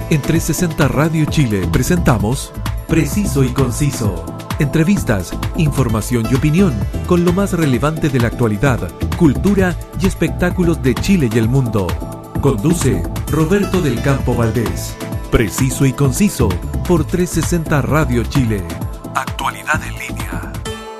En 360 Radio Chile presentamos Preciso y Conciso. Entrevistas, información y opinión con lo más relevante de la actualidad, cultura y espectáculos de Chile y el mundo. Conduce Roberto del Campo Valdés. Preciso y Conciso por 360 Radio Chile. Actualidad en línea.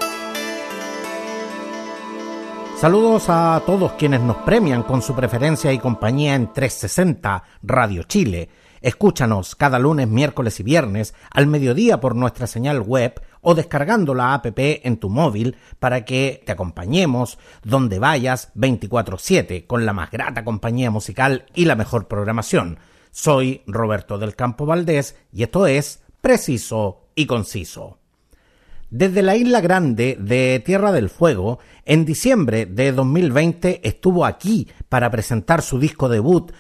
Saludos a todos quienes nos premian con su preferencia y compañía en 360 Radio Chile. Escúchanos cada lunes, miércoles y viernes al mediodía por nuestra señal web o descargando la app en tu móvil para que te acompañemos donde vayas 24/7 con la más grata compañía musical y la mejor programación. Soy Roberto del Campo Valdés y esto es Preciso y Conciso. Desde la Isla Grande de Tierra del Fuego, en diciembre de 2020 estuvo aquí para presentar su disco debut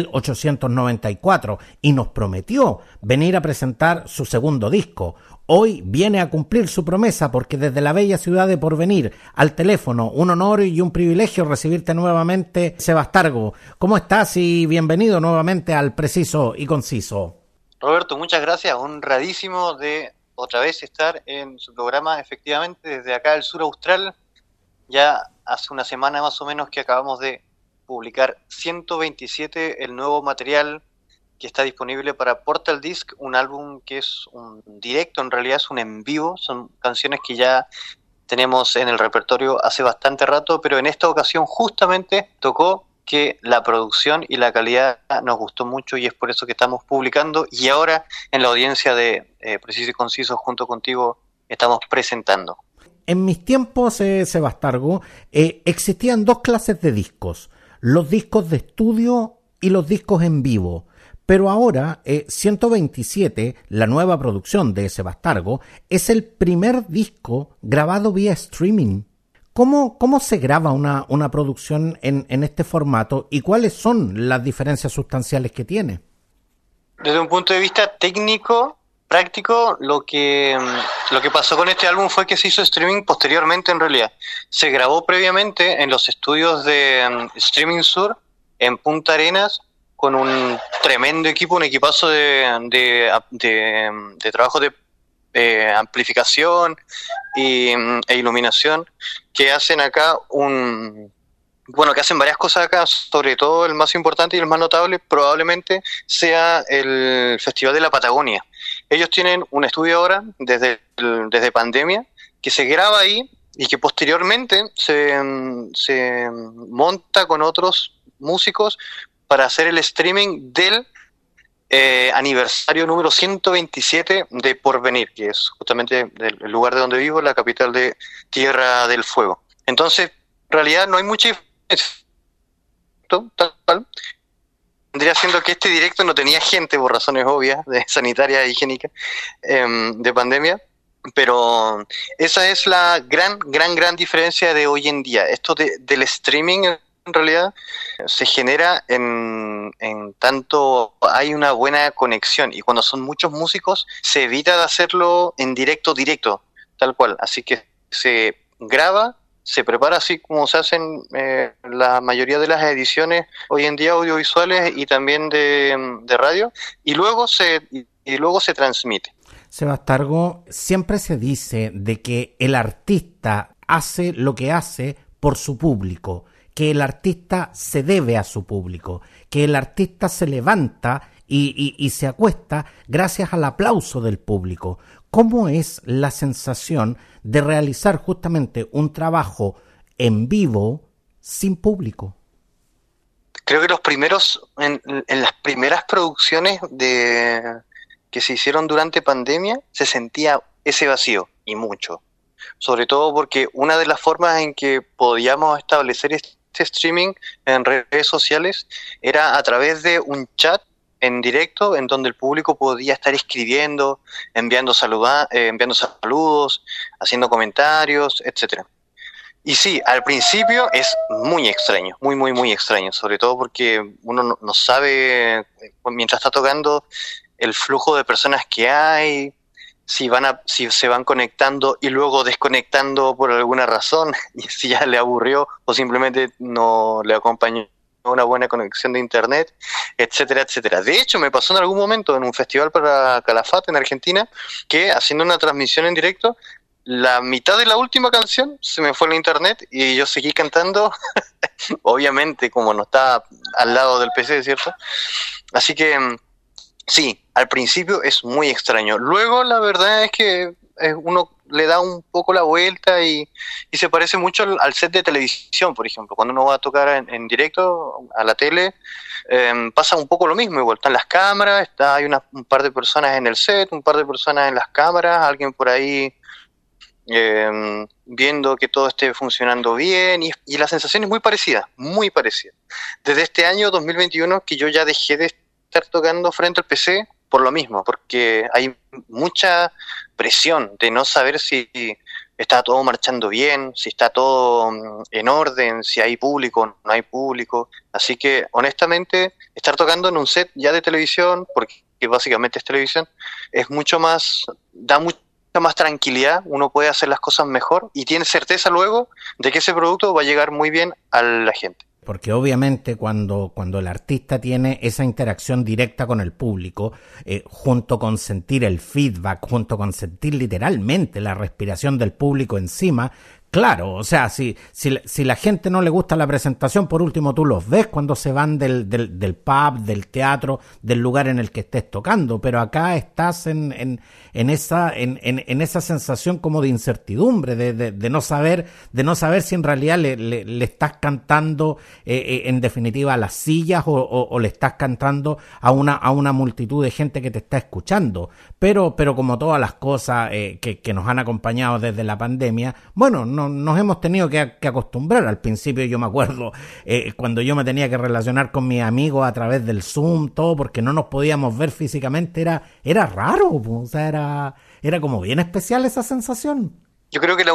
1894 y nos prometió venir a presentar su segundo disco. Hoy viene a cumplir su promesa porque desde la bella ciudad de Porvenir, al teléfono, un honor y un privilegio recibirte nuevamente, Sebastargo. ¿Cómo estás y bienvenido nuevamente al Preciso y Conciso? Roberto, muchas gracias, honradísimo de otra vez estar en su programa, efectivamente, desde acá del sur austral. Ya hace una semana más o menos que acabamos de publicar 127, el nuevo material que está disponible para Portal Disc, un álbum que es un directo, en realidad es un en vivo, son canciones que ya tenemos en el repertorio hace bastante rato, pero en esta ocasión justamente tocó que la producción y la calidad nos gustó mucho y es por eso que estamos publicando y ahora en la audiencia de Preciso y Conciso junto contigo estamos presentando. En mis tiempos, Sebastargo, existían dos clases de discos, los discos de estudio y los discos en vivo. Pero ahora, 127, la nueva producción de Sebastargo, es el primer disco grabado vía streaming. ¿Cómo se graba una producción en este formato y cuáles son las diferencias sustanciales que tiene? Desde un punto de vista técnico, práctico, lo que pasó con este álbum fue que se hizo streaming posteriormente en realidad. Se grabó previamente en los estudios de Streaming Sur, en Punta Arenas, con un tremendo equipo, un equipazo de trabajo de amplificación e iluminación, que hacen acá que hacen varias cosas acá, sobre todo el más importante y el más notable probablemente sea el Festival de la Patagonia. Ellos tienen un estudio ahora, desde pandemia, que se graba ahí y que posteriormente se monta con otros músicos para hacer el streaming del aniversario número 127 de Porvenir, que es justamente el lugar de donde vivo, la capital de Tierra del Fuego. Entonces, en realidad no hay mucha diferencia. Tal. Vendría siendo que este directo no tenía gente por razones obvias, de sanitaria e higiénica, de pandemia, pero esa es la gran diferencia de hoy en día. Esto del streaming en realidad se genera en tanto hay una buena conexión y cuando son muchos músicos se evita de hacerlo en directo, tal cual. Así que se graba, se prepara así como se hacen la mayoría de las ediciones hoy en día audiovisuales y también de radio y luego se transmite. Sebastargo, siempre se dice de que el artista hace lo que hace por su público, que el artista se debe a su público, que el artista se levanta y se acuesta gracias al aplauso del público. ¿Cómo es la sensación de realizar justamente un trabajo en vivo sin público? Creo que en las primeras producciones que se hicieron durante pandemia se sentía ese vacío y mucho. Sobre todo porque una de las formas en que podíamos establecer este streaming en redes sociales era a través de un chat en directo en donde el público podía estar escribiendo, enviando saludos, haciendo comentarios, etcétera. Y sí, al principio es muy extraño, muy extraño, sobre todo porque uno no sabe mientras está tocando el flujo de personas que hay, si se van conectando y luego desconectando por alguna razón, y si ya le aburrió o simplemente no le acompañó una buena conexión de internet, etcétera, etcétera. De hecho, me pasó en algún momento en un festival para Calafate en Argentina, que haciendo una transmisión en directo, la mitad de la última canción se me fue la internet y yo seguí cantando, obviamente como no estaba al lado del PC, ¿cierto? Así que sí, al principio es muy extraño. Luego la verdad es que uno le da un poco la vuelta y se parece mucho al set de televisión, por ejemplo. Cuando uno va a tocar en directo a la tele, pasa un poco lo mismo. Igual están las cámaras, hay un par de personas en el set, un par de personas en las cámaras, alguien por ahí viendo que todo esté funcionando bien, y la sensación es muy parecida, muy parecida. Desde este año 2021 que yo ya dejé de estar tocando frente al PC por lo mismo, porque hay mucha presión de no saber si está todo marchando bien, si está todo en orden, si hay público o no hay público. Así que honestamente estar tocando en un set ya de televisión, porque básicamente es televisión, es mucho más, da mucha más tranquilidad, uno puede hacer las cosas mejor y tiene certeza luego de que ese producto va a llegar muy bien a la gente. Porque obviamente cuando el artista tiene esa interacción directa con el público, junto con sentir el feedback, junto con sentir literalmente la respiración del público encima, claro, o sea, si la gente no le gusta la presentación, por último tú los ves cuando se van del pub, del teatro, del lugar en el que estés tocando, pero acá estás en esa sensación como de incertidumbre, de no saber si en realidad le estás cantando en definitiva a las sillas o le estás cantando a una multitud de gente que te está escuchando, pero como todas las cosas que nos han acompañado desde la pandemia, bueno, nos hemos tenido que acostumbrar. Al principio yo me acuerdo cuando yo me tenía que relacionar con mis amigos a través del Zoom, todo porque no nos podíamos ver físicamente, era raro, o sea, era como bien especial esa sensación. Yo creo que la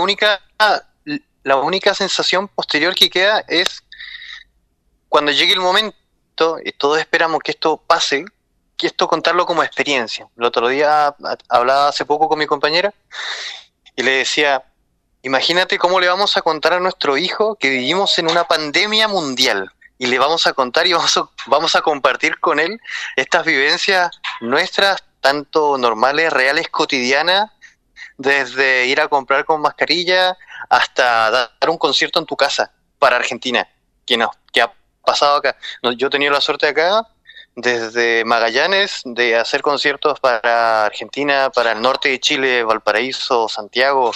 única sensación posterior que queda es cuando llegue el momento, y todos esperamos que esto pase, que esto contarlo como experiencia. El otro día hablaba hace poco con mi compañera y le decía, imagínate cómo le vamos a contar a nuestro hijo que vivimos en una pandemia mundial y le vamos a contar y vamos a compartir con él estas vivencias nuestras, tanto normales, reales, cotidianas, desde ir a comprar con mascarilla hasta dar un concierto en tu casa para Argentina, que ha pasado acá. Yo he tenido la suerte acá, desde Magallanes, de hacer conciertos para Argentina, para el norte de Chile, Valparaíso, Santiago,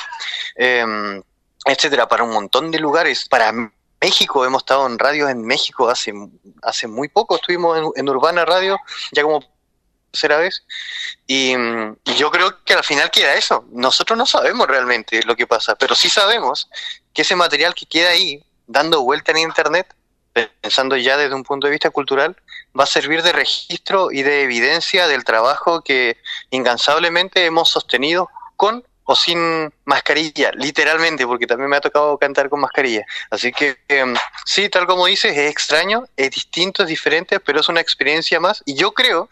etcétera, para un montón de lugares. Para México, hemos estado en radios en México hace muy poco, estuvimos en Urbana Radio, ya como tercera vez, y yo creo que al final queda eso. Nosotros no sabemos realmente lo que pasa, pero sí sabemos que ese material que queda ahí, dando vuelta en internet, pensando ya desde un punto de vista cultural, va a servir de registro y de evidencia del trabajo que incansablemente hemos sostenido con o sin mascarilla, literalmente, porque también me ha tocado cantar con mascarilla. Así que sí, tal como dices, es extraño, es distinto, es diferente, pero es una experiencia más. Y yo creo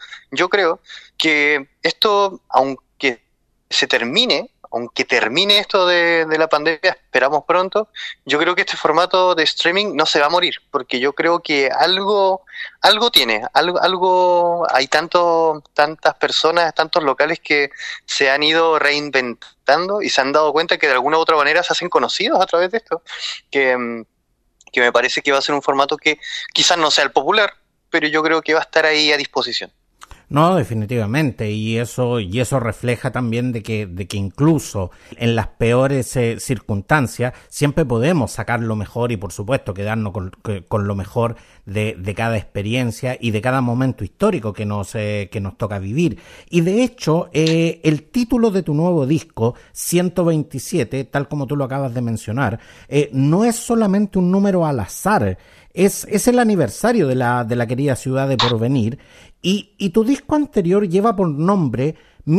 que esto, aunque termine esto de la pandemia, esperamos pronto, yo creo que este formato de streaming no se va a morir, porque yo creo que algo tiene, hay tantas personas, tantos locales que se han ido reinventando y se han dado cuenta que de alguna u otra manera se hacen conocidos a través de esto, que me parece que va a ser un formato que quizás no sea el popular, pero yo creo que va a estar ahí a disposición. No, definitivamente, y eso refleja también de que incluso en las peores circunstancias siempre podemos sacar lo mejor y por supuesto quedarnos con lo mejor de cada experiencia y de cada momento histórico que nos toca vivir. Y de hecho, el título de tu nuevo disco, 127, tal como tú lo acabas de mencionar, no es solamente un número al azar, es el aniversario de la querida ciudad de Porvenir. Y tu disco anterior lleva por nombre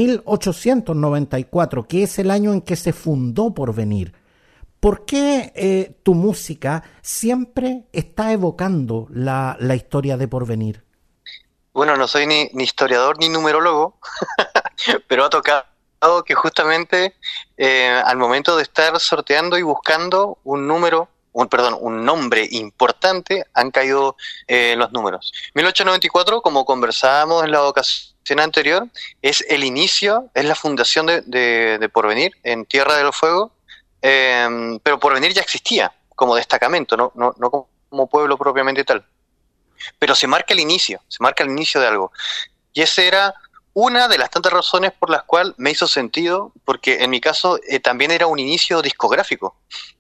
1894, que es el año en que se fundó Porvenir. ¿Por qué tu música siempre está evocando la historia de Porvenir? Bueno, no soy ni historiador ni numerólogo, pero ha tocado que justamente al momento de estar sorteando y buscando un número un nombre importante, han caído los números. 1894, como conversábamos en la ocasión anterior, es el inicio, es la fundación de Porvenir en Tierra del Fuego, pero Porvenir ya existía como destacamento, no como pueblo propiamente tal. Pero se marca el inicio de algo. Y esa era una de las tantas razones por las cuales me hizo sentido, porque en mi caso también era un inicio discográfico.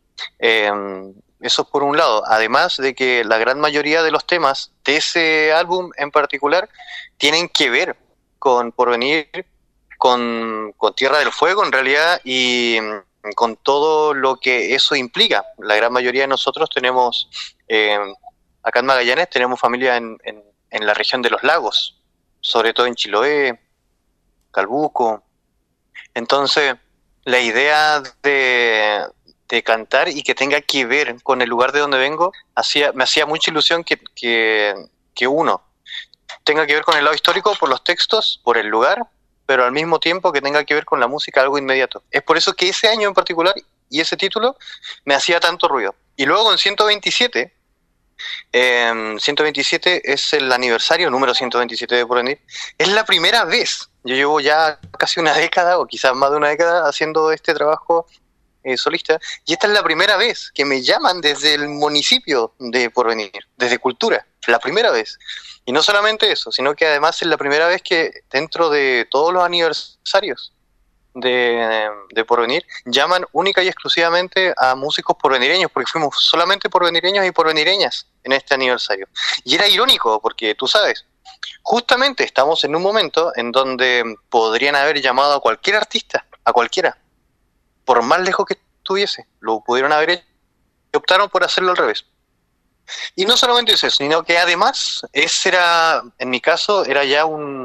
Eso por un lado, además de que la gran mayoría de los temas de ese álbum en particular tienen que ver con Porvenir, con Tierra del Fuego en realidad, y con todo lo que eso implica. La gran mayoría de nosotros tenemos, acá en Magallanes, tenemos familia en la región de los lagos, sobre todo en Chiloé, Calbuco. Entonces, la idea de cantar y que tenga que ver con el lugar de donde vengo, me hacía mucha ilusión que uno tenga que ver con el lado histórico por los textos, por el lugar, pero al mismo tiempo que tenga que ver con la música, algo inmediato. Es por eso que ese año en particular y ese título me hacía tanto ruido. Y luego en 127 es el aniversario, número 127 de Porvenir. Es la primera vez, yo llevo ya casi una década o quizás más de una década haciendo este trabajo solista, y esta es la primera vez que me llaman desde el municipio de Porvenir, desde Cultura, la primera vez. Y no solamente eso, sino que además es la primera vez que dentro de todos los aniversarios de Porvenir llaman única y exclusivamente a músicos porvenireños, porque fuimos solamente porvenireños y porvenireñas en este aniversario. Y era irónico, porque tú sabes, justamente estamos en un momento en donde podrían haber llamado a cualquier artista, a cualquiera, por más lejos que estuviese, lo pudieron haber hecho y optaron por hacerlo al revés. Y no solamente eso, sino que además, ese era, en mi caso, era ya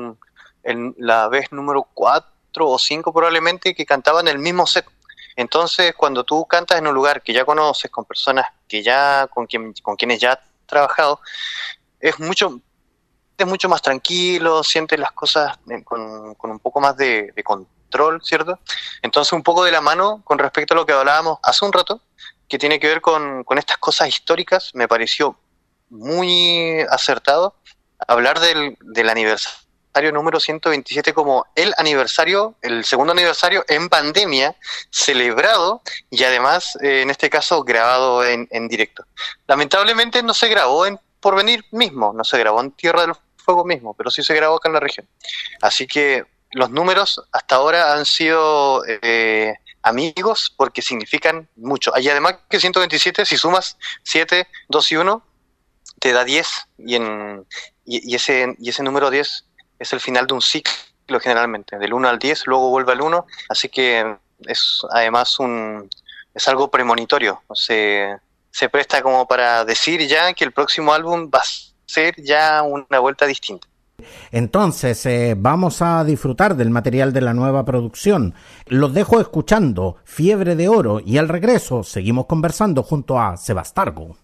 la vez número 4 o 5 probablemente que cantaban el mismo set. Entonces, cuando tú cantas en un lugar que ya conoces, con personas que ya con quienes ya has trabajado, es mucho más tranquilo, sientes las cosas con un poco más de control, ¿cierto? Entonces, un poco de la mano con respecto a lo que hablábamos hace un rato, que tiene que ver con estas cosas históricas, me pareció muy acertado hablar del aniversario número 127 como el segundo aniversario en pandemia, celebrado y además, en este caso, grabado en directo. Lamentablemente no se grabó en Porvenir mismo, no se grabó en Tierra del Fuego mismo, pero sí se grabó acá en la región. Así que los números hasta ahora han sido amigos porque significan mucho. Y además que 127, si sumas 7, 2 y 1, te da 10. Y ese número 10 es el final de un ciclo generalmente, del 1 al 10, luego vuelve al 1. Así que es además es algo premonitorio. Se presta como para decir ya que el próximo álbum va a ser ya una vuelta distinta. Entonces, vamos a disfrutar del material de la nueva producción. Los dejo escuchando Fiebre de Oro y al regreso seguimos conversando junto a Sebastargo.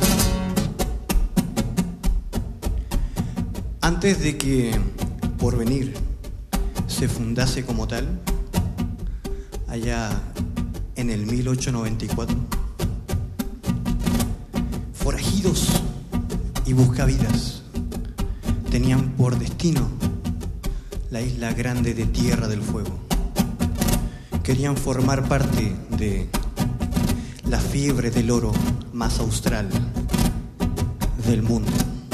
Antes de que Porvenir se fundase como tal, allá en el 1894, forajidos y buscavidas tenían por destino la isla grande de Tierra del Fuego. Querían formar parte de la fiebre del oro más austral del mundo.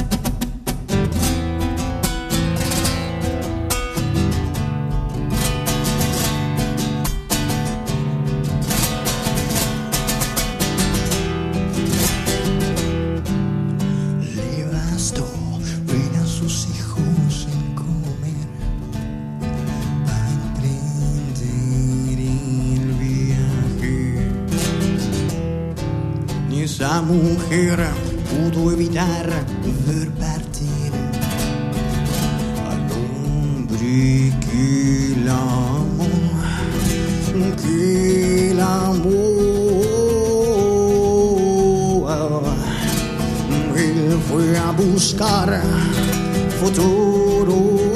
Esa mujer pudo evitar ver partir al hombre que la amó. Él fue a buscar futuro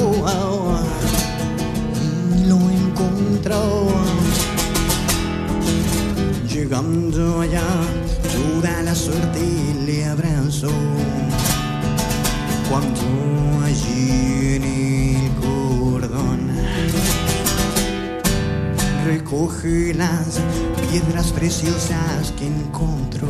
y lo encontró. Llegando allá toda la suerte le abrazó. Cuando allí en el cordón recoge las piedras preciosas que encontró,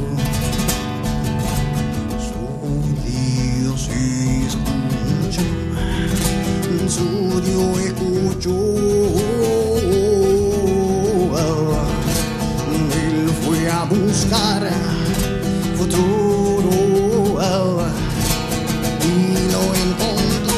su Dios escuchó, su Dios escuchó. Él fue a buscar futuro y lo encontró.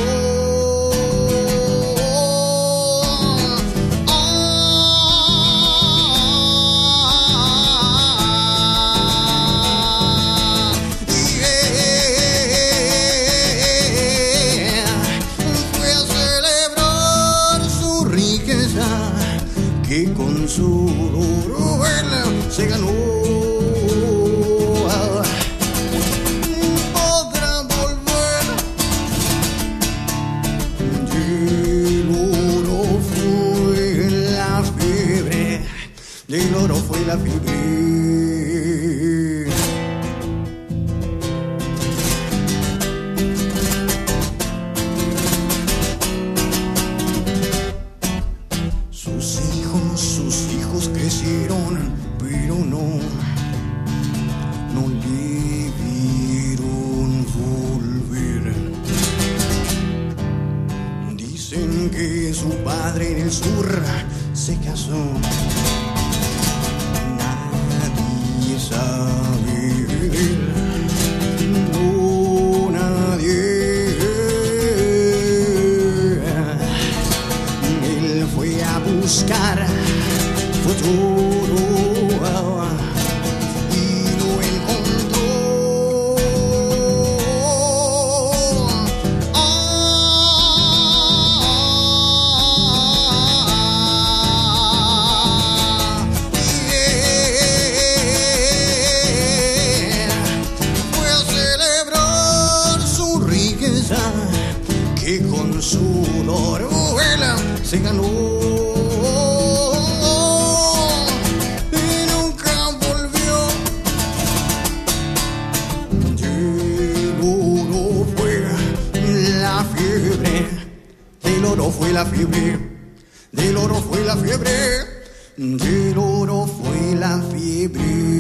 Fue a celebrar su riqueza, que con su oro él se ganó. Podrá volver. Del oro fue la fiebre, del oro fue la fiebre. Sus hijos crecieron, pero no le vieron volver. Dicen que su padre en el sur se casó. Nadie sabe de él, no nadie. Él fue a buscar futuro y lo encontró. Fue a celebrar su riqueza, que con sudor él se ganó. Del oro fue la fiebre, del oro fue la fiebre, del oro fue la fiebre.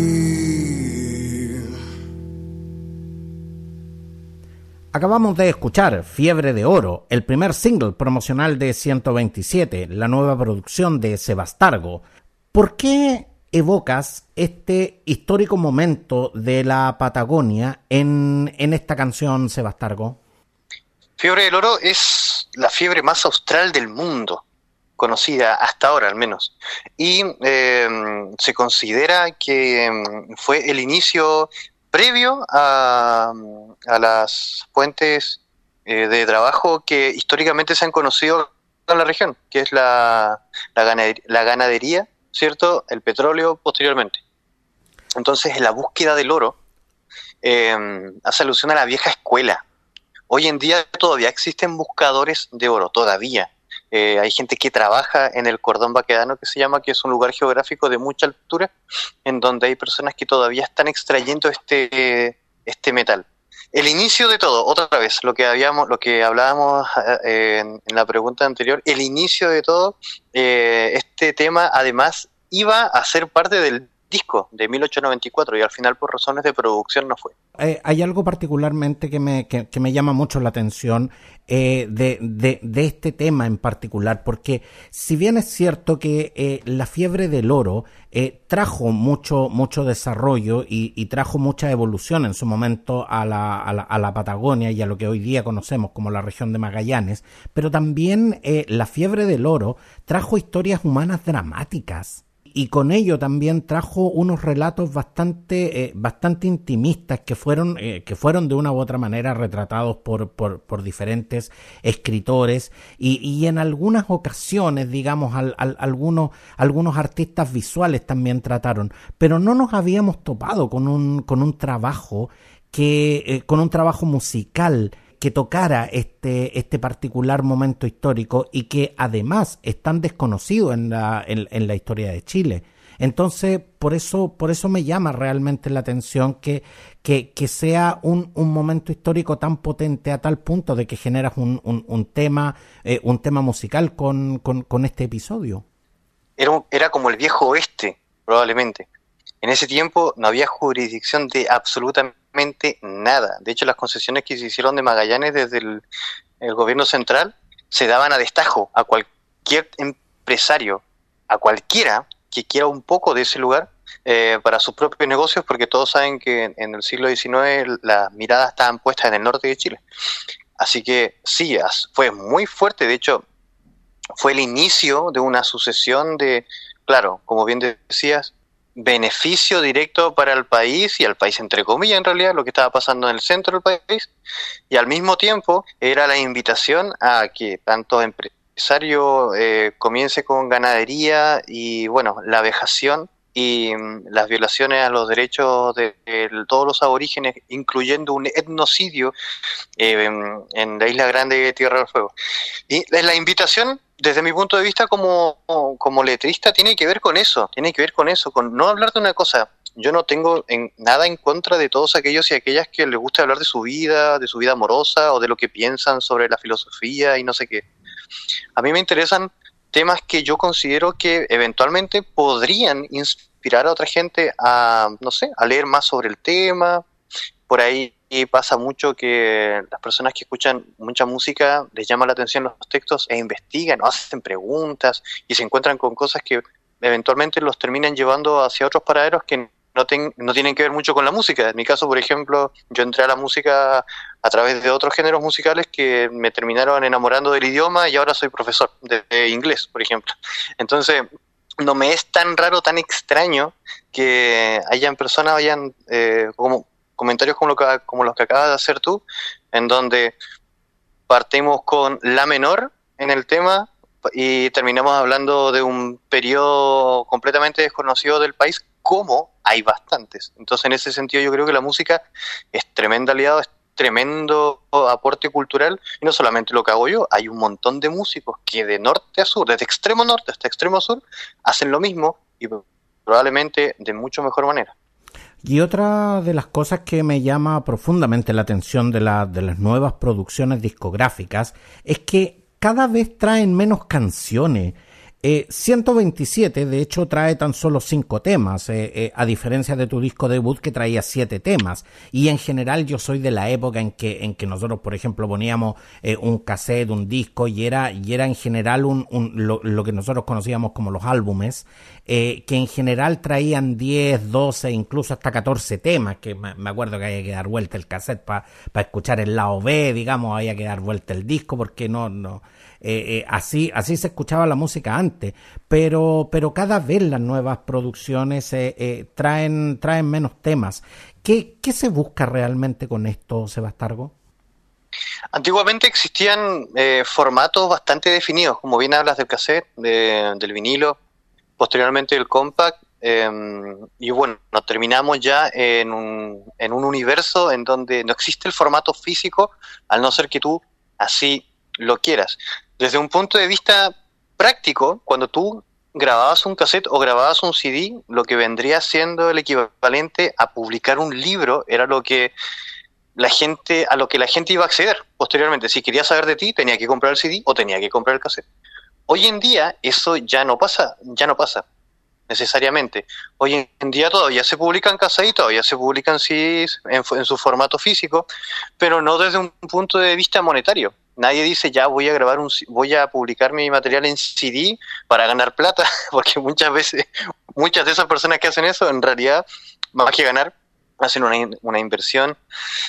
Acabamos de escuchar Fiebre de Oro, el primer single promocional de 127, la nueva producción de Sebastargo. ¿Por qué evocas este histórico momento de la Patagonia en esta canción, Sebastargo? Fiebre del oro es la fiebre más austral del mundo, conocida hasta ahora al menos, y se considera que fue el inicio previo a las fuentes de trabajo que históricamente se han conocido en la región, que es la ganadería, ¿cierto? El petróleo posteriormente. Entonces, la búsqueda del oro hace alusión a la vieja escuela. Hoy en día todavía existen buscadores de oro, todavía. Hay gente que trabaja en el cordón baquedano, que se llama, que es un lugar geográfico de mucha altura, en donde hay personas que todavía están extrayendo este metal. El inicio de todo, otra vez, lo que hablábamos en la pregunta anterior, el inicio de todo, este tema además iba a ser parte del disco de 1894 y al final por razones de producción no fue. Hay algo particularmente que me llama mucho la atención de este tema en particular, porque si bien es cierto que la fiebre del oro trajo mucho desarrollo y trajo mucha evolución en su momento a la Patagonia y a lo que hoy día conocemos como la región de Magallanes, pero también la fiebre del oro trajo historias humanas dramáticas. Y con ello también trajo unos relatos bastante intimistas que fueron de una u otra manera retratados por diferentes escritores y en algunas ocasiones, digamos, algunos artistas visuales también trataron, pero no nos habíamos topado con un trabajo musical que tocara este particular momento histórico y que además es tan desconocido en la historia de Chile. Entonces, por eso me llama realmente la atención que sea un momento histórico tan potente a tal punto de que generas un tema musical con este episodio. Era como el viejo oeste, probablemente. En ese tiempo no había jurisdicción de absolutamente nada. De hecho, las concesiones que se hicieron de Magallanes desde el gobierno central se daban a destajo a cualquier empresario, a cualquiera que quiera un poco de ese lugar para sus propios negocios, porque todos saben que en el siglo XIX las miradas estaban puestas en el norte de Chile. Así que sí, fue muy fuerte. De hecho, fue el inicio de una sucesión de, claro, como bien decías, beneficio directo para el país, y al país entre comillas en realidad, lo que estaba pasando en el centro del país, y al mismo tiempo era la invitación a que tanto empresario comience con ganadería y bueno, la vejación y las violaciones a los derechos de todos los aborígenes, incluyendo un etnocidio en la Isla Grande de Tierra del Fuego. Y la invitación, desde mi punto de vista como letrista, tiene que ver con eso, con no hablar de una cosa. Yo no tengo nada en contra de todos aquellos y aquellas que les gusta hablar de su vida amorosa, o de lo que piensan sobre la filosofía y no sé qué. A mí me interesan temas que yo considero que eventualmente podrían inspirar a otra gente a, no sé, a leer más sobre el tema. Por ahí pasa mucho que las personas que escuchan mucha música les llama la atención los textos e investigan o hacen preguntas y se encuentran con cosas que eventualmente los terminan llevando hacia otros paraderos que no tienen que ver mucho con la música. En mi caso, por ejemplo, yo entré a la música a través de otros géneros musicales que me terminaron enamorando del idioma, y ahora soy profesor de inglés, por ejemplo. Entonces, no me es tan raro, tan extraño que hayan como comentarios como los que acabas de hacer tú, en donde partimos con la menor en el tema y terminamos hablando de un periodo completamente desconocido del país, como hay bastantes. Entonces, en ese sentido, yo creo que la música es tremendo aliado, es tremendo aporte cultural, y no solamente lo que hago yo, hay un montón de músicos que de norte a sur, desde extremo norte hasta extremo sur, hacen lo mismo, y probablemente de mucho mejor manera. Y otra de las cosas que me llama profundamente la atención de las nuevas producciones discográficas es que cada vez traen menos canciones. 127, de hecho, trae tan solo 5 temas, a diferencia de tu disco debut que traía 7 temas. Y en general yo soy de la época en que nosotros, por ejemplo, poníamos un cassette, un disco, y era en general lo que nosotros conocíamos como los álbumes, que en general traían 10, 12, incluso hasta 14 temas, que me acuerdo que había que dar vuelta el cassette para escuchar el lado B, digamos, había que dar vuelta el disco, porque así se escuchaba la música antes, pero cada vez las nuevas producciones traen menos temas. ¿Qué se busca realmente con esto, Sebastargo? Antiguamente existían formatos bastante definidos, como bien hablas del cassette, del vinilo, posteriormente el compact, y bueno, nos terminamos ya en un universo en donde no existe el formato físico, al no ser que tú así lo quieras. Desde un punto de vista práctico, cuando tú grababas un cassette o grababas un CD, lo que vendría siendo el equivalente a publicar un libro era a lo que la gente iba a acceder posteriormente. Si quería saber de ti, tenía que comprar el CD o tenía que comprar el cassette. Hoy en día eso ya no pasa necesariamente. Hoy en día todavía se publican cassettes, todavía se publican CDs en su formato físico, pero no desde un punto de vista monetario. Nadie dice ya voy a publicar mi material en CD para ganar plata, porque muchas de esas personas que hacen eso, en realidad, más que ganar, hacen una inversión.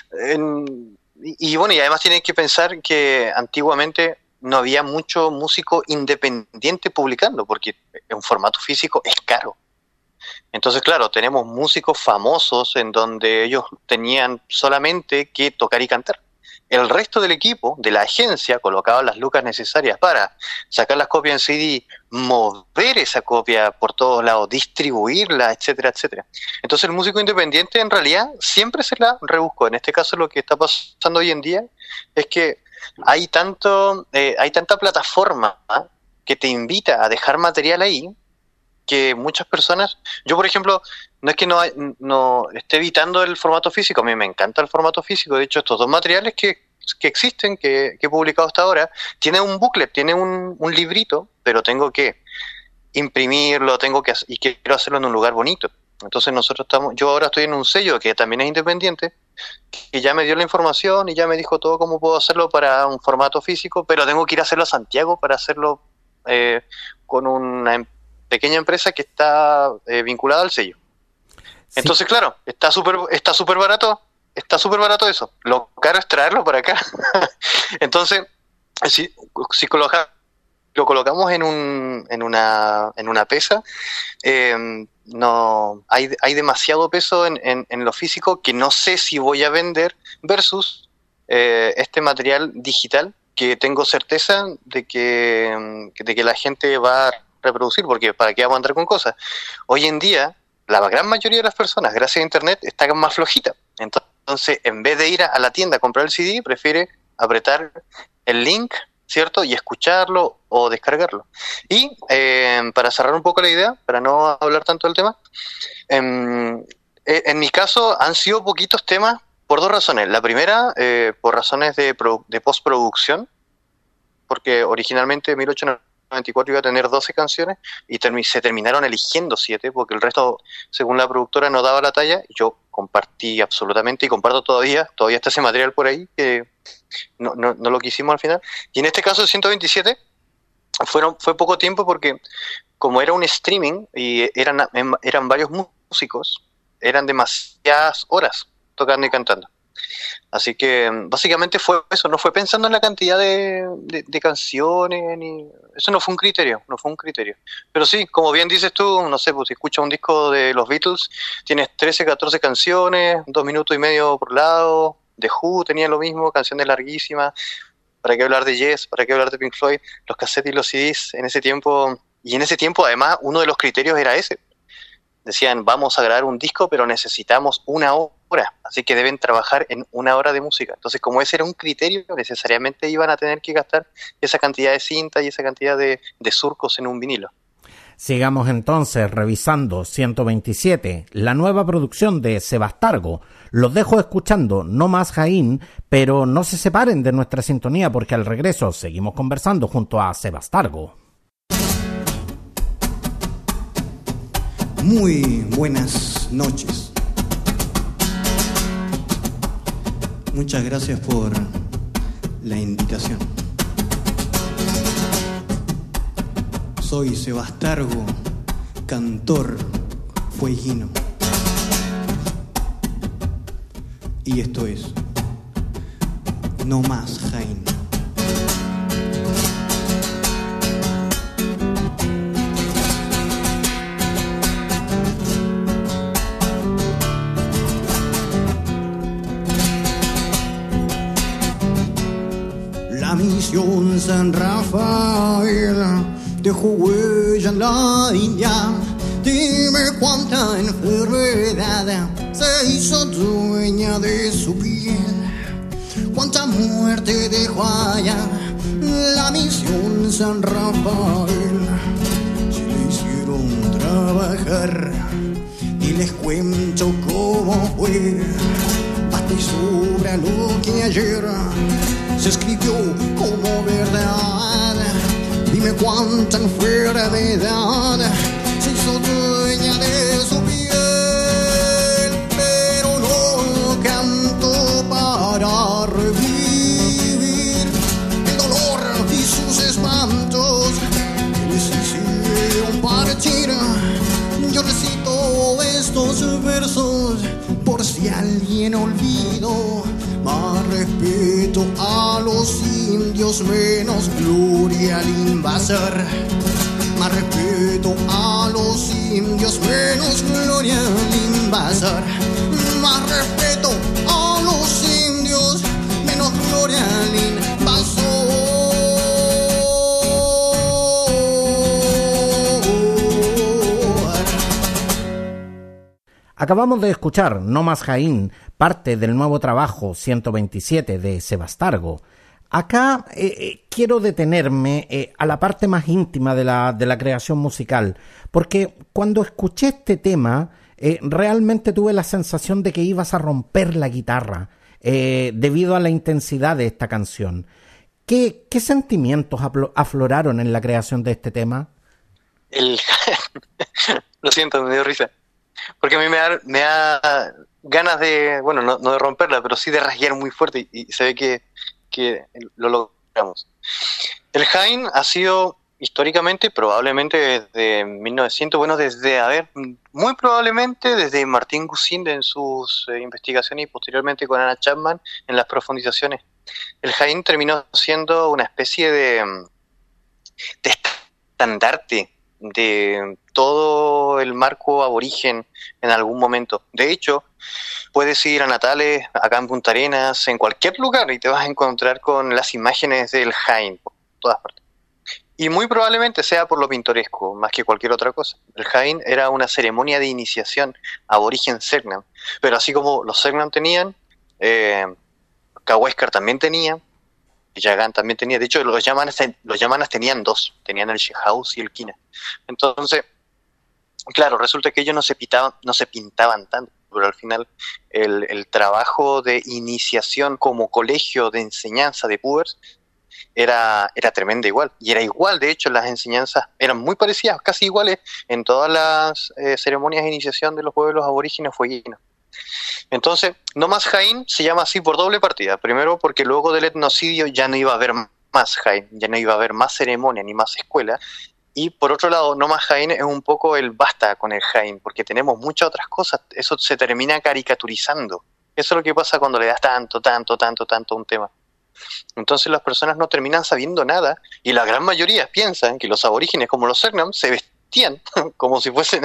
Y bueno, y además tienen que pensar que antiguamente no había mucho músico independiente publicando, porque en formato físico es caro. Entonces, claro, tenemos músicos famosos en donde ellos tenían solamente que tocar y cantar. El resto del equipo, de la agencia, colocaba las lucas necesarias para sacar las copias en CD, mover esa copia por todos lados, distribuirla, etcétera, etcétera. Entonces el músico independiente en realidad siempre se la rebuscó. En este caso lo que está pasando hoy en día es que hay tanta plataforma que te invita a dejar material ahí, que muchas personas, yo por ejemplo, no es que no esté evitando el formato físico, a mí me encanta el formato físico, de hecho estos dos materiales que existen, que he publicado hasta ahora, tienen un booklet, tienen un librito, pero tengo que imprimirlo, y quiero hacerlo en un lugar bonito. Entonces yo ahora estoy en un sello que también es independiente, que ya me dio la información y ya me dijo todo cómo puedo hacerlo para un formato físico, pero tengo que ir a hacerlo a Santiago para hacerlo con una pequeña empresa que está vinculada al sello. Sí. Entonces, claro, está súper barato eso. Lo caro es traerlo para acá. Entonces, si lo colocamos en una pesa, no hay demasiado peso en lo físico que no sé si voy a vender versus este material digital que tengo certeza de que la gente va a reproducir, porque ¿para qué vamos a andar con cosas? Hoy en día, la gran mayoría de las personas, gracias a internet, están más flojitas. Entonces, en vez de ir a la tienda a comprar el CD, prefiere apretar el link, ¿cierto? Y escucharlo o descargarlo. Y para cerrar un poco la idea, para no hablar tanto del tema, en mi caso han sido poquitos temas por dos razones. La primera, por razones de postproducción, porque originalmente en 1894 iba a tener 12 canciones y se terminaron eligiendo 7, porque el resto, según la productora, no daba la talla. Yo compartí absolutamente y comparto todavía está ese material por ahí que no lo quisimos al final. Y en este caso de 127 fue poco tiempo porque como era un streaming y eran varios músicos, eran demasiadas horas tocando y cantando. Así que básicamente fue eso, no fue pensando en la cantidad de canciones, eso no fue un criterio. Pero sí, como bien dices tú, no sé, pues si escuchas un disco de los Beatles, tienes 13, 14 canciones, 2 minutos y medio por lado. The Who tenía lo mismo, canciones larguísimas. ¿Para qué hablar de Yes? ¿Para qué hablar de Pink Floyd? Los cassettes y los CDs en ese tiempo. Y en ese tiempo, además, uno de los criterios era ese. Decían, vamos a grabar un disco, pero necesitamos 1 hora. Así que deben trabajar en 1 hora de música. Entonces, como ese era un criterio, necesariamente iban a tener que gastar esa cantidad de cinta y esa cantidad de surcos en un vinilo. Sigamos entonces revisando 127, la nueva producción de Sebastargo. Los dejo escuchando No Más Jaín, pero no se separen de nuestra sintonía porque al regreso seguimos conversando junto a Sebastargo. Muy buenas noches. Muchas gracias por la invitación. Soy Sebastargo, cantor fueguino. Y esto es No Más Jaín. La misión San Rafael dejó huella en la India. Dime cuánta enfermedad se hizo dueña de su piel. Cuánta muerte dejó allá la misión San Rafael. Si le hicieron trabajar y les cuento cómo fue. Basta y sobra lo que ayer se escribió como verdad. Dime cuánta enfermedad se hizo dueña de su piel. Pero no canto para revivir el dolor y sus espantos que les hicieron partir. Yo recito estos versos por si alguien olvidó. Más respeto a los indios, menos gloria al invasor. Más respeto a los indios, menos gloria al invasor. Más respeto a los indios, menos gloria al invasor. Acabamos de escuchar No Más Jaín, parte del nuevo trabajo 127 de Sebastargo. Acá quiero detenerme a la parte más íntima de la creación musical, porque cuando escuché este tema, realmente tuve la sensación de que ibas a romper la guitarra, debido a la intensidad de esta canción. ¿Qué sentimientos afloraron en la creación de este tema? Lo siento, me dio risa. Porque a mí me da ganas de, bueno, no de romperla, pero sí de rasguear muy fuerte y se ve que lo logramos. El Hain ha sido históricamente, probablemente desde 1900, bueno, muy probablemente desde Martín Gusinde en sus investigaciones y posteriormente con Anna Chapman en las profundizaciones. El Hain terminó siendo una especie de estandarte de todo el marco aborigen en algún momento. De hecho, puedes ir a Natales, acá en Punta Arenas, en cualquier lugar y te vas a encontrar con las imágenes del Hain por todas partes. Y muy probablemente sea por lo pintoresco, más que cualquier otra cosa. El Hain era una ceremonia de iniciación aborigen Selknam, pero así como los Selknam tenían, Kawaiskar también tenía, Yagan también tenía. De hecho, los Yamanas tenían dos, tenían el Shehaus y el Kina. Entonces, claro, resulta que ellos no se pintaban tanto, pero al final el trabajo de iniciación como colegio de enseñanza de Púbers era tremenda igual, y era igual. De hecho, las enseñanzas eran muy parecidas, casi iguales en todas las ceremonias de iniciación de los pueblos aborígenes fueguinos. Entonces, No Más Jaén se llama así por doble partida. Primero, porque luego del etnocidio ya no iba a haber más Jaén, ya no iba a haber más ceremonia ni más escuela. Y por otro lado, No Más Jaén es un poco el basta con el Jaén, porque tenemos muchas otras cosas. Eso se termina caricaturizando. Eso es lo que pasa cuando le das tanto a un tema. Entonces las personas no terminan sabiendo nada, y la gran mayoría piensan que los aborígenes, como los Selknam, se vestían como si fuesen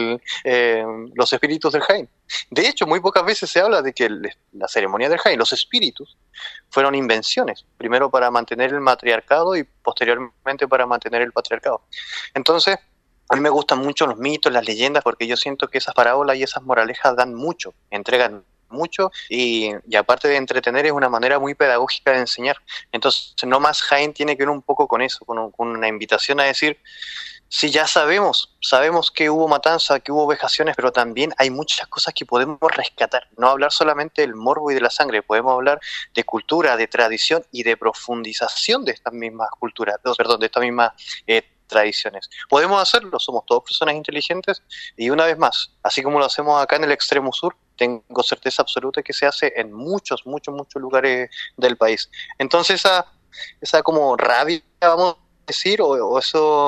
los espíritus del Jaén. De hecho, muy pocas veces se habla de que la ceremonia del Jaén, los espíritus, fueron invenciones, primero para mantener el matriarcado y posteriormente para mantener el patriarcado. Entonces, a mí me gustan mucho los mitos, las leyendas, porque yo siento que esas parábolas y esas moralejas dan mucho, entregan mucho, y aparte de entretener, es una manera muy pedagógica de enseñar. Entonces, No Más Jaén tiene que ver un poco con eso, con una invitación a decir: sí, ya sabemos que hubo matanza, que hubo vejaciones, pero también hay muchas cosas que podemos rescatar. No hablar solamente del morbo y de la sangre, podemos hablar de cultura, de tradición y de profundización de estas mismas culturas, de estas mismas tradiciones. Podemos hacerlo, somos todas personas inteligentes, y una vez más, así como lo hacemos acá en el extremo sur, tengo certeza absoluta que se hace en muchos lugares del país. Entonces esa como rabia, vamos a decir, o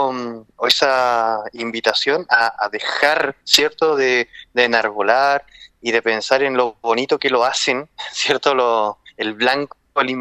esa invitación a dejar, ¿cierto?, de enarbolar y de pensar en lo bonito que lo hacen, ¿cierto?, el blanco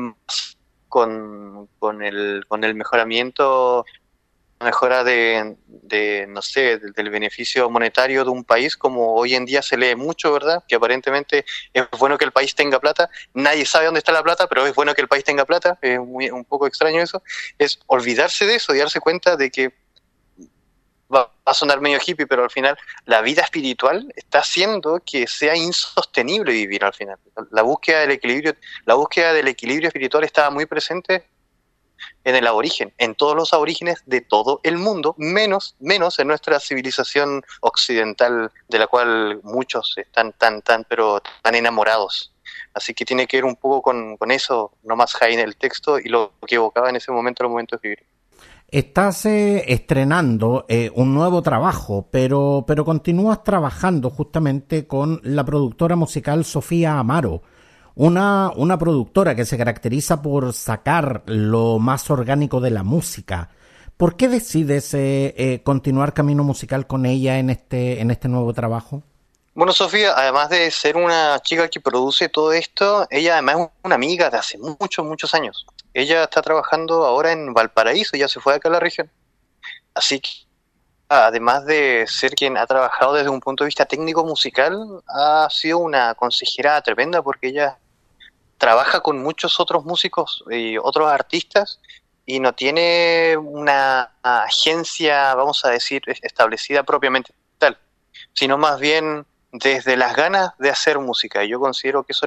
con el mejoramiento, mejora no sé, del beneficio monetario de un país, como hoy en día se lee mucho, ¿verdad? Que aparentemente es bueno que el país tenga plata. Nadie sabe dónde está la plata, pero es bueno que el país tenga plata. Es un poco extraño eso. Es olvidarse de eso y darse cuenta de que va a sonar medio hippie, pero al final la vida espiritual está haciendo que sea insostenible vivir al final. La búsqueda del equilibrio espiritual estaba muy presente en el aborigen, en todos los aborígenes de todo el mundo, menos en nuestra civilización occidental, de la cual muchos están tan enamorados. Así que tiene que ver un poco con eso, No Más Jaén, el texto, y lo que evocaba en ese momento, el momento de escribir. Estás estrenando un nuevo trabajo, pero continúas trabajando justamente con la productora musical Sofía Amaro. Una productora que se caracteriza por sacar lo más orgánico de la música. ¿Por qué decides continuar camino musical con ella en este nuevo trabajo? Bueno, Sofía, además de ser una chica que produce todo esto, ella además es una amiga de hace muchos años. Ella está trabajando ahora en Valparaíso, ya se fue de acá a la región. Así que, además de ser quien ha trabajado desde un punto de vista técnico musical, ha sido una consejera tremenda, porque ella trabaja con muchos otros músicos y otros artistas, y no tiene una agencia, vamos a decir, establecida propiamente tal, sino más bien desde las ganas de hacer música. Y yo considero que eso es lo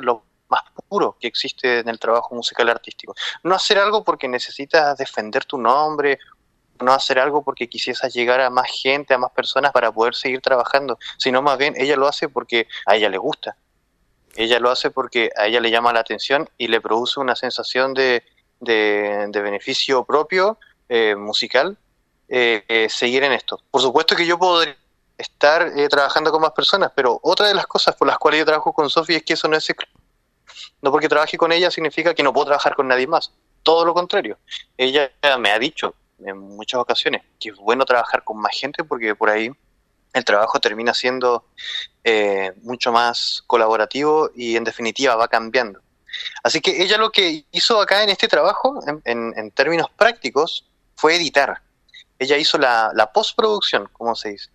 más puro que existe en el trabajo musical artístico. No hacer algo porque necesitas defender tu nombre, no hacer algo porque quisieras llegar a más gente, a más personas para poder seguir trabajando, sino más bien ella lo hace porque a ella le gusta. Ella lo hace porque a ella le llama la atención y le produce una sensación de beneficio propio, musical, seguir en esto. Por supuesto que yo podría estar trabajando con más personas, pero otra de las cosas por las cuales yo trabajo con Sofi es que eso no es exclusivo. No porque trabaje con ella significa que no puedo trabajar con nadie más. Todo lo contrario. Ella me ha dicho en muchas ocasiones que es bueno trabajar con más gente porque por ahí el trabajo termina siendo mucho más colaborativo y en definitiva va cambiando. Así que ella lo que hizo acá en este trabajo, en términos prácticos, fue editar. Ella hizo la postproducción, como se dice.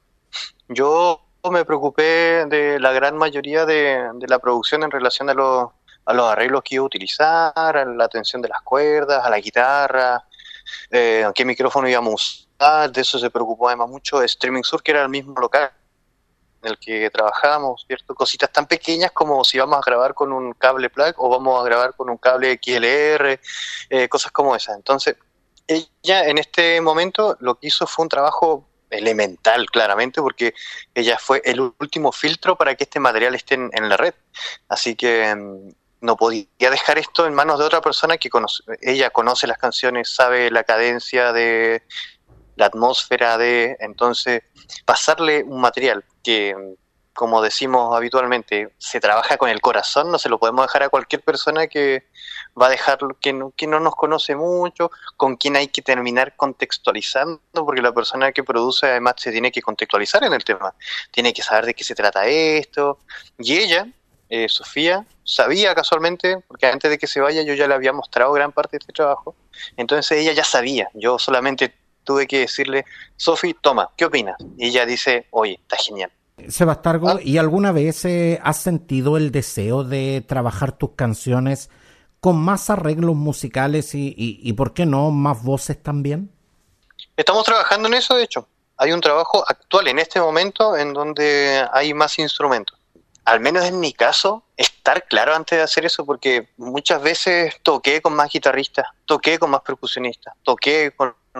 Yo me preocupé de la gran mayoría de la producción en relación a los arreglos que iba a utilizar, a la atención de las cuerdas, a la guitarra, qué micrófono íbamos a usar. De eso se preocupó además mucho Streaming Sur, que era el mismo local en el que trabajábamos, ¿cierto? Cositas tan pequeñas como si vamos a grabar con un cable plug o vamos a grabar con un cable XLR, cosas como esas. Entonces, ella en este momento lo que hizo fue un trabajo elemental, claramente, porque ella fue el último filtro para que este material esté en la red. Así que no podía dejar esto en manos de otra persona que ella conoce las canciones, sabe la cadencia de la atmósfera entonces pasarle un material que, como decimos habitualmente, se trabaja con el corazón, no se lo podemos dejar a cualquier persona que va a dejar que no nos conoce mucho, con quien hay que terminar contextualizando, porque la persona que produce además se tiene que contextualizar en el tema, tiene que saber de qué se trata esto, y ella, Sofía, sabía casualmente, porque antes de que se vaya yo ya le había mostrado gran parte de este trabajo, entonces ella ya sabía, yo solamente tuve que decirle, Sofi, toma, ¿qué opinas? Y ella dice, oye, está genial. Sebastargo, ¿y alguna vez has sentido el deseo de trabajar tus canciones con más arreglos musicales y por qué no, más voces también? Estamos trabajando en eso, de hecho. Hay un trabajo actual en este momento en donde hay más instrumentos. Al menos en mi caso, estar claro antes de hacer eso, porque muchas veces toqué con más guitarristas, toqué con más percusionistas, toqué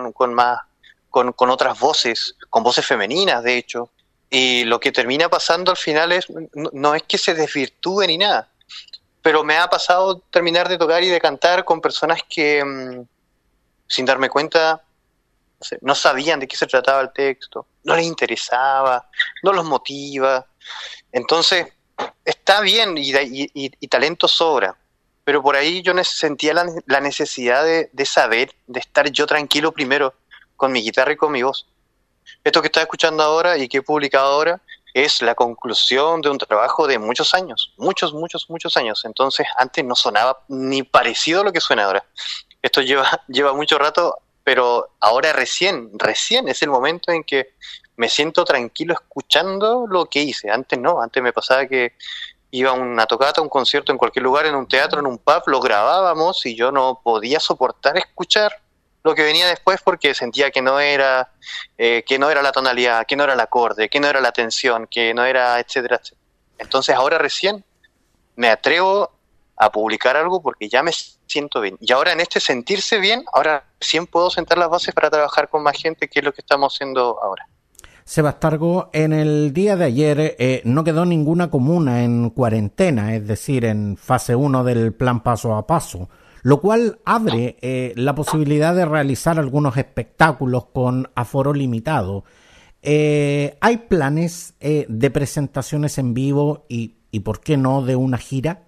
con otras voces, con voces femeninas, de hecho. Y lo que termina pasando al final no es que se desvirtúe ni nada, pero me ha pasado terminar de tocar y de cantar con personas que, sin darme cuenta, no sabían de qué se trataba el texto, no les interesaba, no los motiva. Entonces, está bien y talento sobra, pero por ahí yo sentía la necesidad de saber, de estar yo tranquilo primero con mi guitarra y con mi voz. Esto que estás escuchando ahora y que he publicado ahora es la conclusión de un trabajo de muchos años, muchos años. Entonces, antes no sonaba ni parecido a lo que suena ahora. Esto lleva mucho rato, pero ahora recién es el momento en que me siento tranquilo escuchando lo que hice. Antes no, antes me pasaba que iba a una tocata, un concierto en cualquier lugar, en un teatro, en un pub, lo grabábamos y yo no podía soportar escuchar lo que venía después porque sentía que no era la tonalidad, que no era el acorde, que no era la tensión, que no era etcétera. Entonces ahora recién me atrevo a publicar algo porque ya me siento bien. Y ahora en este sentirse bien, ahora recién puedo sentar las bases para trabajar con más gente, que es lo que estamos haciendo ahora. Sebastargo, en el día de ayer no quedó ninguna comuna en cuarentena, es decir, en fase 1 del plan paso a paso, lo cual abre la posibilidad de realizar algunos espectáculos con aforo limitado. ¿Hay planes de presentaciones en vivo y por qué no de una gira?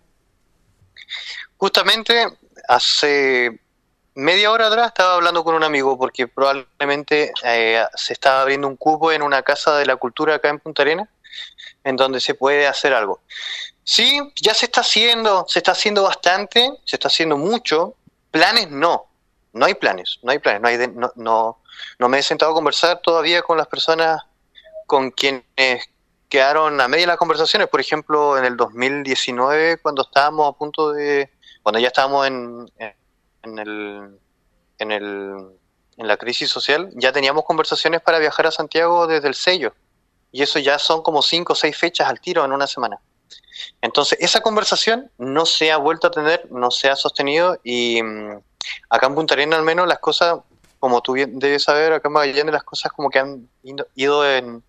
Justamente hace media hora atrás estaba hablando con un amigo porque probablemente se estaba abriendo un cupo en una casa de la cultura acá en Punta Arenas en donde se puede hacer algo. Sí, ya se está haciendo bastante, se está haciendo mucho. Planes no hay planes, no me he sentado a conversar todavía con las personas con quienes quedaron a media las conversaciones. Por ejemplo, en el 2019, cuando ya estábamos en la crisis social, ya teníamos conversaciones para viajar a Santiago desde el sello, y eso ya son como 5 o 6 fechas al tiro en una semana. Entonces, esa conversación no se ha vuelto a tener, no se ha sostenido, y acá en Punta Arenas al menos las cosas, como tú bien debes saber, acá en Magallanes las cosas como que han ido en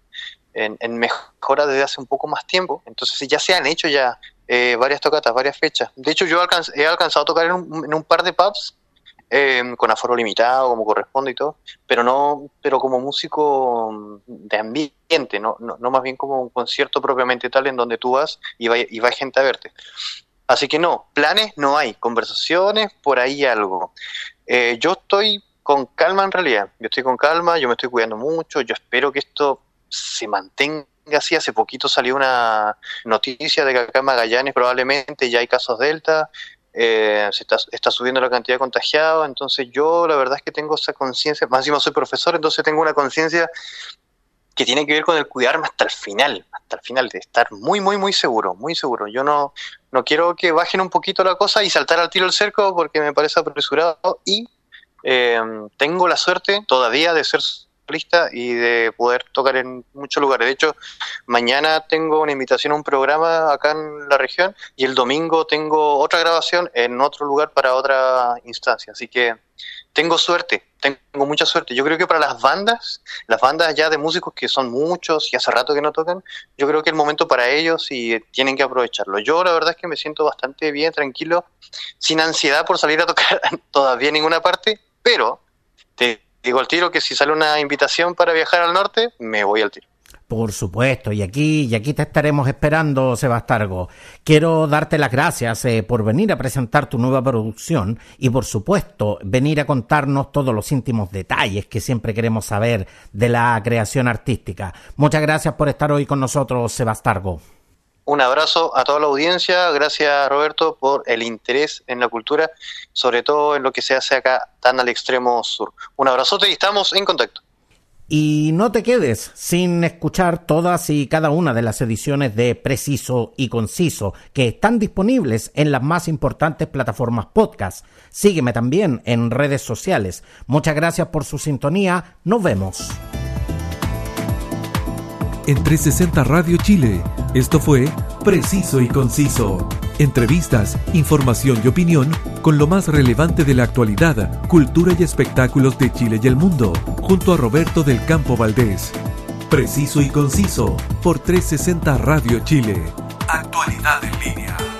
mejora desde hace un poco más tiempo. Entonces ya se han hecho ya varias tocatas, varias fechas. De hecho, yo he alcanzado a tocar en un par de pubs con aforo limitado, como corresponde y todo, pero como músico de ambiente, no más bien como un concierto propiamente tal en donde tú vas y va gente a verte. Así que no, planes no hay, conversaciones, por ahí algo. Yo estoy con calma en realidad, yo me estoy cuidando mucho, yo espero que esto se mantenga así. Hace poquito salió una noticia de que acá en Magallanes probablemente ya hay casos Delta, se está subiendo la cantidad de contagiados, entonces yo la verdad es que tengo esa conciencia, más encima soy profesor, entonces tengo una conciencia que tiene que ver con el cuidarme hasta el final, de estar muy, muy, muy seguro, muy seguro. Yo no quiero que bajen un poquito la cosa y saltar al tiro el cerco porque me parece apresurado, y tengo la suerte todavía de ser lista y de poder tocar en muchos lugares. De hecho, mañana tengo una invitación a un programa acá en la región y el domingo tengo otra grabación en otro lugar para otra instancia. Así que tengo mucha suerte. Yo creo que para las bandas ya de músicos que son muchos y hace rato que no tocan, yo creo que es el momento para ellos y tienen que aprovecharlo. Yo la verdad es que me siento bastante bien, tranquilo, sin ansiedad por salir a tocar todavía en ninguna parte, pero te digo al tiro que si sale una invitación para viajar al norte, me voy al tiro. Por supuesto, y aquí te estaremos esperando, Sebastargo. Quiero darte las gracias por venir a presentar tu nueva producción y, por supuesto, venir a contarnos todos los íntimos detalles que siempre queremos saber de la creación artística. Muchas gracias por estar hoy con nosotros, Sebastargo. Un abrazo a toda la audiencia. Gracias, Roberto, por el interés en la cultura, sobre todo en lo que se hace acá tan al extremo sur. Un abrazote y estamos en contacto. Y no te quedes sin escuchar todas y cada una de las ediciones de Preciso y Conciso, que están disponibles en las más importantes plataformas podcast. Sígueme también en redes sociales. Muchas gracias por su sintonía. Nos vemos. En 360 Radio Chile, esto fue Preciso y Conciso. Entrevistas, información y opinión con lo más relevante de la actualidad, cultura y espectáculos de Chile y el mundo, junto a Roberto del Campo Valdés. Preciso y Conciso por 360 Radio Chile. Actualidad en línea.